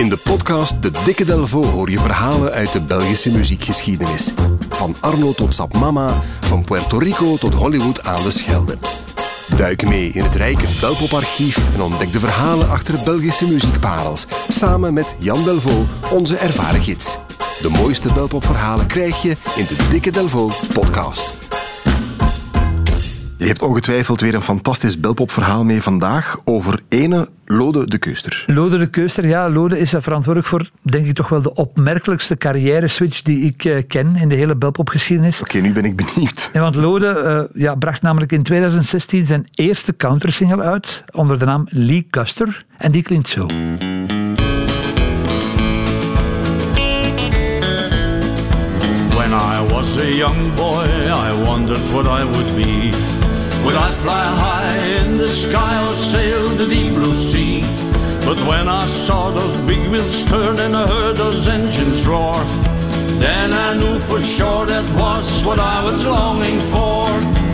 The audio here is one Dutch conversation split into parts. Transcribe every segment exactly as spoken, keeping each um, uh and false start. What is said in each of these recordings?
In de podcast De Dikke Delvaux hoor je verhalen uit de Belgische muziekgeschiedenis. Van Arno tot Sap Mama, van Puerto Rico tot Hollywood aan de Schelde. Duik mee in het rijke Belpoparchief en ontdek de verhalen achter Belgische muziekparels. Samen met Jan Delvaux, onze ervaren gids. De mooiste Belpopverhalen krijg je in de Dikke Delvaux podcast. Je hebt ongetwijfeld weer een fantastisch Belpopverhaal mee vandaag over ene Lode de Keuster. Lode de Keuster, ja. Lode is verantwoordelijk voor, denk ik, toch wel de opmerkelijkste carrière-switch die ik uh, ken in de hele Belpopgeschiedenis. Oké, okay, nu ben ik benieuwd. Ja, want Lode uh, ja, bracht namelijk in twintig zestien zijn eerste country-single uit onder de naam Lee Custer. En die klinkt zo. When I was a young boy, I wondered what I would be. Would I fly high in the sky or sail the deep blue sea? But when I saw those big wheels turn and I heard those engines roar, then I knew for sure that was what I was longing for.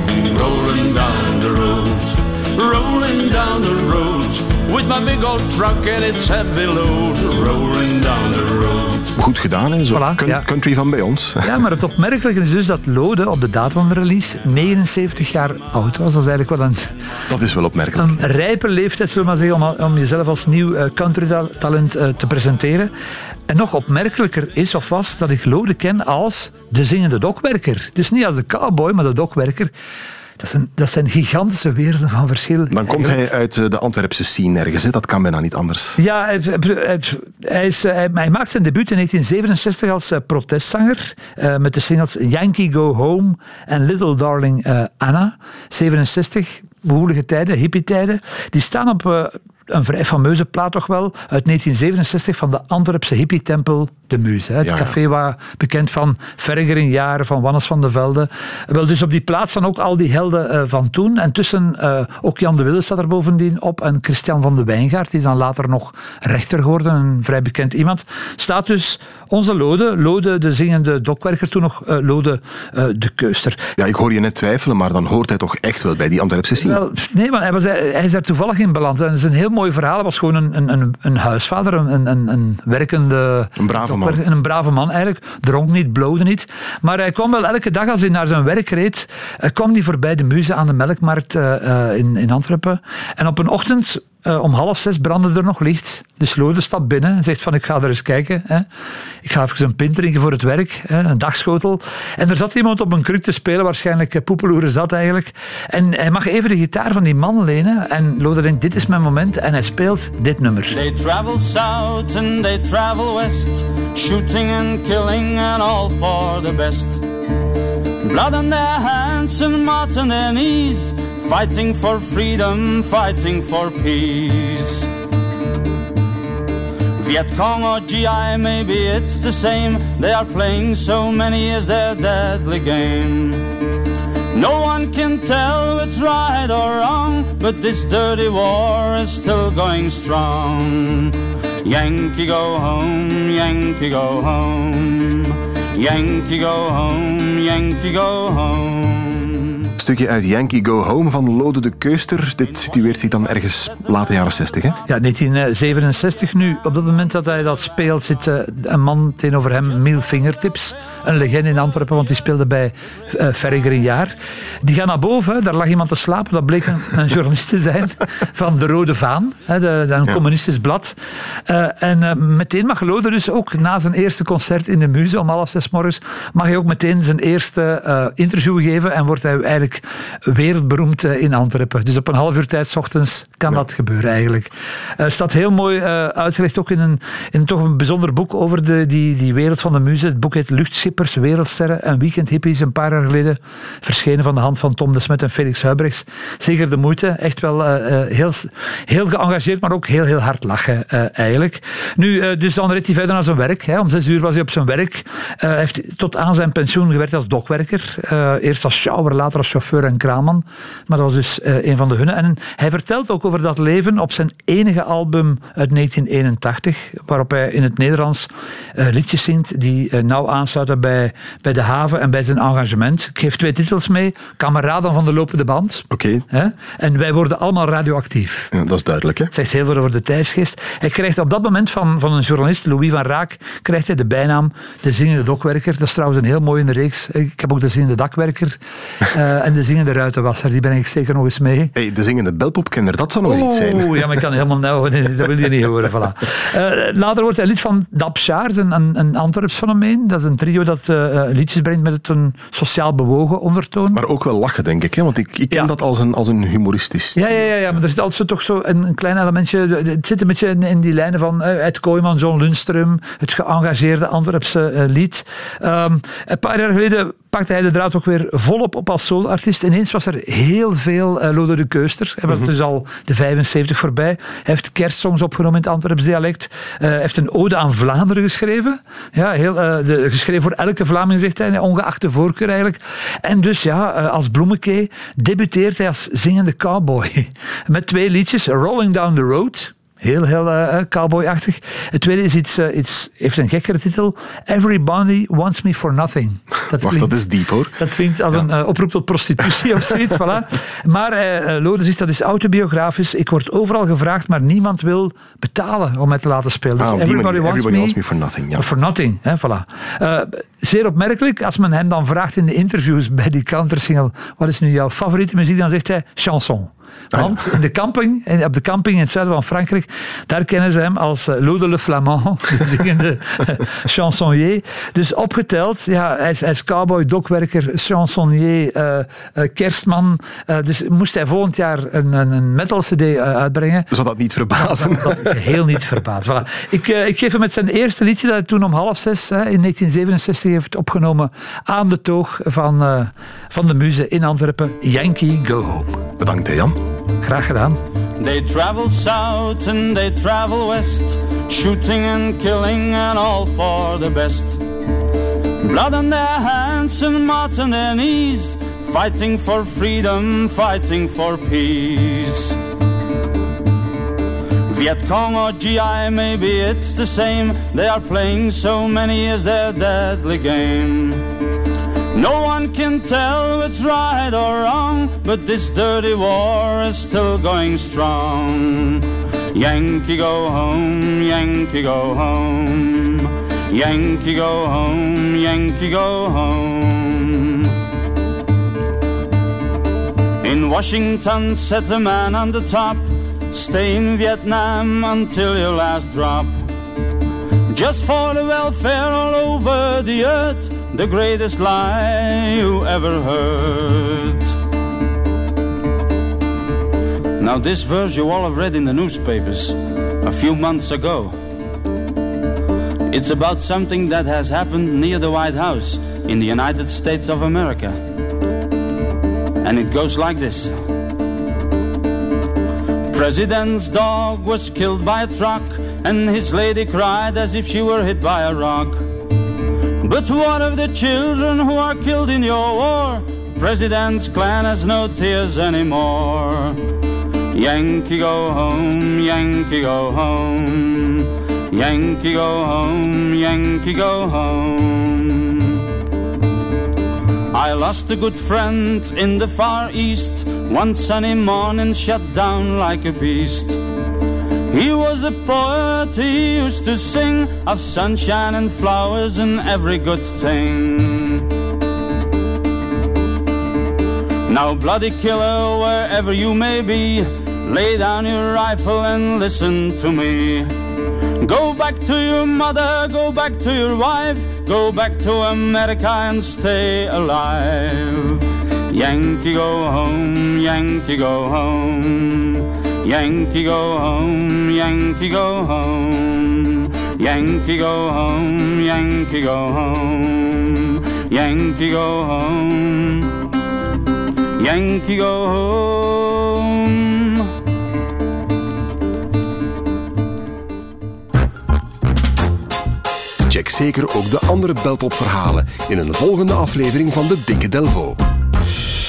Rolling down the road, rolling down the road, with my big old truck and its heavy load, rolling down the road. Goed gedaan, hè? Zo Voilà, kun- ja. country van bij ons. Ja, maar het opmerkelijke is dus dat Lode op de datum van de release negenenzeventig jaar oud was. Dat is eigenlijk wel een, Dat is wel opmerkelijk. een rijpe leeftijd, zullen we maar zeggen, om, om jezelf als nieuw uh, country-talent uh, te presenteren. En nog opmerkelijker is of was dat ik Lode ken als de zingende dokwerker. Dus niet als de cowboy, maar de dokwerker. Dat zijn, dat zijn gigantische werelden van verschil. Dan komt hij uit de Antwerpse scene ergens, hè? Dat kan bijna niet anders. Ja, hij, hij, hij, is, hij, hij maakt zijn debuut in negentien zevenenzestig als uh, protestzanger uh, met de singles Yankee Go Home en Little Darling uh, Anna. zevenenzestig, woelige tijden, hippie-tijden. Die staan op uh, een vrij fameuze plaat toch wel, uit negentien zevenenzestig van de Antwerpse hippie-tempel De Muze. Het ja, ja. café waar bekend van Verger in jaren, van Wannes van de Velde. Wel, dus op die plaats staan ook al die helden uh, van toen. En tussen uh, ook Jan de Wille staat er bovendien op en Christian van de Wijngaard, die is dan later nog rechter geworden, een vrij bekend iemand. Staat dus onze Lode, Lode de zingende dokwerker, toen nog uh, Lode uh, de Keuster. Ja, ik hoor je net twijfelen, maar dan hoort hij toch echt wel bij die Antwerpse scene. Wel, nee, maar hij, was, hij is daar toevallig in beland. En het is een heel mooi verhaal. Hij was gewoon een, een, een huisvader, een, een, een werkende... Een brave man. Een brave man eigenlijk. Dronk niet, blowde niet. Maar hij kwam wel elke dag als hij naar zijn werk reed, kwam hij voorbij de Muze aan de Melkmarkt uh, uh, in, in Antwerpen. En op een ochtend... Uh, om half zes brandde er nog licht. Dus Lode stapt binnen en zegt van ik ga er eens kijken. Hè. Ik ga even een pint drinken voor het werk. Hè, een dagschotel. En er zat iemand op een kruk te spelen, waarschijnlijk uh, Poepeloeren zat eigenlijk. En hij mag even de gitaar van die man lenen. En Lode denkt dit is mijn moment. En hij speelt dit nummer. They travel south and they travel west, shooting and killing and all for the best. Blood on their hands and mud on their knees, fighting for freedom, fighting for peace. Viet Cong or G I, maybe it's the same. They are playing so many years their deadly game. No one can tell what's right or wrong, but this dirty war is still going strong. Yankee go home, Yankee go home. Yankee go home, Yankee go home. Een stukje uit Yankee Go Home van Lode de Keuster. Dit situeert zich dan ergens late jaren zestig, hè? Ja, negentien zevenenzestig nu. Op dat moment dat hij dat speelt, zit uh, een man tegenover hem, Miel Fingertips. Een legende in Antwerpen, want die speelde bij uh, Verger een jaar. Die gaan naar boven, hè. Daar lag iemand te slapen. Dat bleek een, een journalist te zijn van De Rode Vaan, hè, de, de, een ja. communistisch blad. Uh, en uh, meteen mag Lode dus ook na zijn eerste concert in de Muze om half zes morgens, mag hij ook meteen zijn eerste uh, interview geven en wordt hij eigenlijk wereldberoemd in Antwerpen. Dus op een half uur tijd 's ochtends kan ja. dat gebeuren eigenlijk. Het uh, staat heel mooi uh, uitgelegd ook in een, in toch een bijzonder boek over de, die, die wereld van de Muze. Het boek heet Luchtschippers, Wereldsterren en Weekendhippies, een paar jaar geleden verschenen van de hand van Tom de Smet en Felix Huybrechts. Zeker de moeite. Echt wel uh, heel, heel geëngageerd, maar ook heel, heel hard lachen uh, eigenlijk. Nu, uh, dus dan reed hij verder naar zijn werk. Hè. Om zes uur was hij op zijn werk. Hij uh, heeft tot aan zijn pensioen gewerkt als dokwerker. Uh, eerst als sjouwer, later als chauffeur. chauffeur en kraalman. Maar dat was dus uh, een van de hunne. En hij vertelt ook over dat leven op zijn enige album uit negentien eenentachtig, waarop hij in het Nederlands uh, liedjes zingt die uh, nauw aansluiten bij, bij de haven en bij zijn engagement. Ik geef twee titels mee. Kameraden van de lopende band. Oké. Okay. En wij worden allemaal radioactief. Ja, dat is duidelijk, hè? Het zegt heel veel over de tijdsgeest. Hij krijgt op dat moment van, van een journalist, Louis van Raak, krijgt hij de bijnaam de zingende dokwerker. Dat is trouwens een heel mooi in de reeks. Ik heb ook de zingende dakwerker uh, en de zingende ruitenwasser. Die ben ik zeker nog eens mee. Hey, de zingende belpopkenner, dat zou nog eens iets zijn. Oeh, ja, maar ik kan helemaal nou, dat wil je niet horen. Voilà. Uh, later wordt hij lid van Dap Schaars, een, een Antwerps fenomeen. Dat is een trio dat uh, liedjes brengt met een sociaal bewogen ondertoon. Maar ook wel lachen, denk ik. Hè? Want ik, ik ken ja. dat als een, als een humoristisch. Ja, ja, ja, ja, maar er zit altijd zo, toch zo een, een klein elementje. Het zit een beetje in, in die lijnen van uh, Ed Kooijman, John Lundström, het geëngageerde Antwerpse uh, lied. Um, een paar jaar geleden pakte hij de draad ook weer volop op als solo-artiest. Ineens was er heel veel uh, Lode de Keuster. Hij was mm-hmm. dus al de vijfenzeventig voorbij. Hij heeft kerstsongs opgenomen in het Antwerps dialect. Uh, hij heeft een ode aan Vlaanderen geschreven. Ja, heel, uh, de, geschreven voor elke Vlaming, zegt hij, ongeacht de voorkeur eigenlijk. En dus ja, uh, als Bloemekee debuteert hij als zingende cowboy. Met twee liedjes, Rolling Down the Road. Heel, heel uh, cowboy-achtig. Het tweede is iets, uh, iets, heeft een gekkere titel. Everybody Wants Me For Nothing. Dat Wacht, klinkt, dat is diep, hoor. Dat klinkt als ja. een uh, oproep tot prostitutie of zoiets. Voilà. Maar uh, Lode zegt, dat is autobiografisch. Ik word overal gevraagd, maar niemand wil betalen om mij te laten spelen. Dus ah, everybody, manier, wants, everybody me wants Me For Nothing. Ja. For Nothing, hè, voilà. Uh, zeer opmerkelijk, als men hem dan vraagt in de interviews bij die countersingle, wat is nu jouw favoriete muziek? Dan zegt hij chanson. Want in de camping, op de camping in het zuiden van Frankrijk, daar kennen ze hem als Lode Le Flamand, de zingende chansonnier. Dus opgeteld, ja, hij is, hij is cowboy, dokwerker, chansonnier, uh, uh, kerstman. Uh, dus moest hij volgend jaar een, een, een metal cd uh, uitbrengen. Zou dat niet verbazen? Dat, dat, dat heel niet verbaasd. Voilà. Ik, uh, ik geef hem met zijn eerste liedje dat hij toen om half zes uh, in negentien zevenenzestig heeft opgenomen aan de toog van, uh, van de muze in Antwerpen, Yankee Go Home. Bedankt, hè, Jan. Graag gedaan. They travel south and they travel west, shooting and killing and all for the best. Blood on their hands and mud on their knees, fighting for freedom, fighting for peace. Viet Cong or G I, maybe it's the same. They are playing so many years their deadly game. No one can tell what's right or wrong, but this dirty war is still going strong. Yankee go home, Yankee go home. Yankee go home, Yankee go home. In Washington sat the man on the top, stay in Vietnam until your last drop. Just for the welfare all over the earth, the greatest lie you ever heard. Now this verse you all have read in the newspapers a few months ago. It's about something that has happened near the White House in the United States of America. And it goes like this. President's dog was killed by a truck, and his lady cried as if she were hit by a rock. But what of the children who are killed in your war? President's clan has no tears anymore. Yankee go home, Yankee go home. Yankee go home, Yankee go home. I lost a good friend in the Far East, one sunny morning shut down like a beast. He was a poet, he used to sing of sunshine and flowers and every good thing. Now bloody killer, wherever you may be, lay down your rifle and listen to me. Go back to your mother, go back to your wife, go back to America and stay alive. Yankee go home, Yankee go home. Yankee go home, Yankee go home. Yankee go home, Yankee go home. Yankee go home. Yankee go home. Check zeker ook de andere Belpop-verhalen in een volgende aflevering van de Dikke Delvaux.